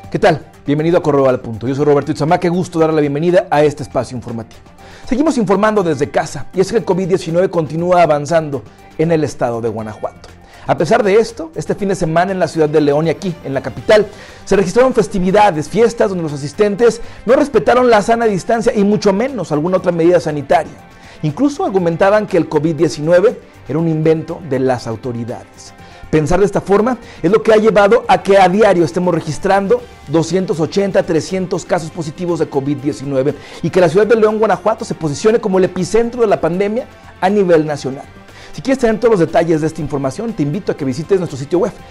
¿Qué tal? Bienvenido a Correo al Punto. Yo soy Roberto Itzamá, qué gusto darle la bienvenida a este espacio informativo. Seguimos informando desde casa y es que el COVID-19 continúa avanzando en el estado de Guanajuato. A pesar de esto, este fin de semana en la ciudad de León y aquí, en la capital, se registraron festividades, fiestas donde los asistentes no respetaron la sana distancia y mucho menos alguna otra medida sanitaria. Incluso argumentaban que el COVID-19 era un invento de las autoridades. Pensar de esta forma es lo que ha llevado a que a diario estemos registrando 280, 300 casos positivos de COVID-19 y que la ciudad de León, Guanajuato, se posicione como el epicentro de la pandemia a nivel nacional. Si quieres tener todos los detalles de esta información, te invito a que visites nuestro sitio web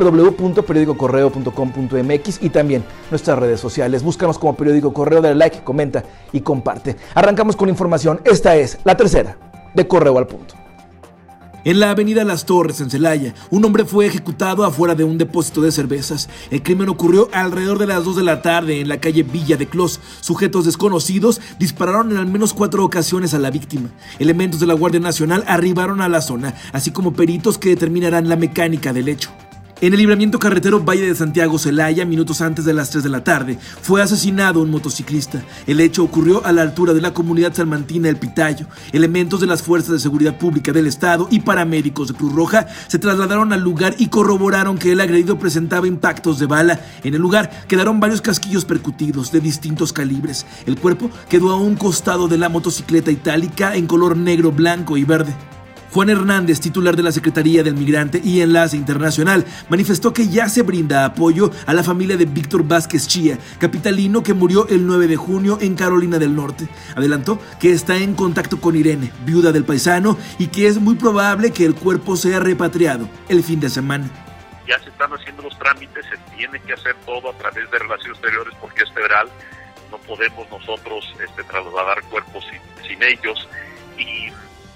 www.periodicocorreo.com.mx y también nuestras redes sociales. Búscanos como Periódico Correo, dale like, comenta y comparte. Arrancamos con información. Esta es la tercera de Correo al Punto. En la avenida Las Torres, en Celaya, un hombre fue ejecutado afuera de un depósito de cervezas. El crimen ocurrió alrededor de las 2 de la tarde en la calle Villa de Clos. Sujetos desconocidos dispararon en al menos 4 ocasiones a la víctima. Elementos de la Guardia Nacional arribaron a la zona, así como peritos que determinarán la mecánica del hecho. En el libramiento carretero Valle de Santiago, Celaya, minutos antes de las 3 de la tarde, fue asesinado un motociclista. El hecho ocurrió a la altura de la comunidad salmantina El Pitayo. Elementos de las Fuerzas de Seguridad Pública del Estado y paramédicos de Cruz Roja se trasladaron al lugar y corroboraron que el agredido presentaba impactos de bala. En el lugar quedaron varios casquillos percutidos de distintos calibres. El cuerpo quedó a un costado de la motocicleta itálica en color negro, blanco y verde. Juan Hernández, titular de la Secretaría del Migrante y Enlace Internacional, manifestó que ya se brinda apoyo a la familia de Víctor Vázquez Chía, capitalino que murió el 9 de junio en Carolina del Norte. Adelantó que está en contacto con Irene, viuda del paisano, y que es muy probable que el cuerpo sea repatriado el fin de semana. Ya se están haciendo los trámites, se tiene que hacer todo a través de Relaciones Exteriores porque es federal. No podemos nosotros trasladar cuerpos sin ellos y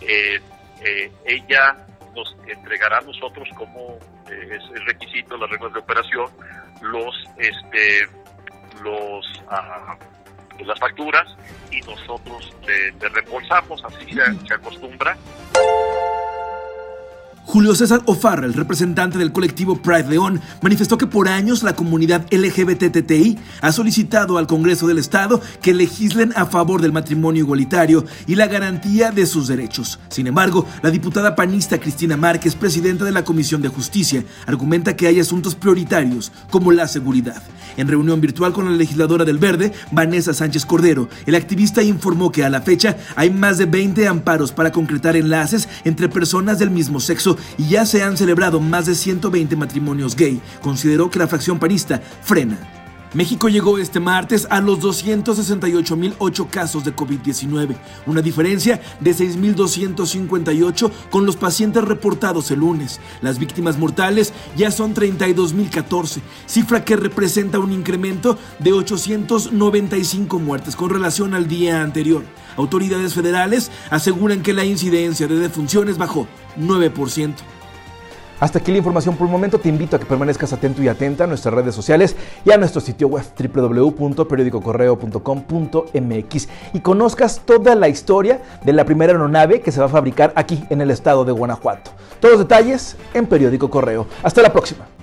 ella nos entregará a nosotros como es el requisito, las reglas de operación, las facturas y nosotros le reembolsamos, así se acostumbra. Julio César O'Farrell, representante del colectivo Pride León, manifestó que por años la comunidad LGBTTI ha solicitado al Congreso del Estado que legislen a favor del matrimonio igualitario y la garantía de sus derechos. Sin embargo, la diputada panista Cristina Márquez, presidenta de la Comisión de Justicia, argumenta que hay asuntos prioritarios como la seguridad. En reunión virtual con la legisladora del Verde, Vanessa Sánchez Cordero, el activista informó que a la fecha hay más de 20 amparos para concretar enlaces entre personas del mismo sexo y ya se han celebrado más de 120 matrimonios gay. Consideró que la fracción panista frena. México llegó este martes a los 268.008 casos de COVID-19, una diferencia de 6.258 con los pacientes reportados el lunes. Las víctimas mortales ya son 32.014, cifra que representa un incremento de 895 muertes con relación al día anterior. Autoridades federales aseguran que la incidencia de defunciones bajó 9%. Hasta aquí la información por el momento. Te invito a que permanezcas atento y atenta a nuestras redes sociales y a nuestro sitio web www.periodicocorreo.com.mx y conozcas toda la historia de la primera aeronave que se va a fabricar aquí en el estado de Guanajuato. Todos los detalles en Periódico Correo. Hasta la próxima.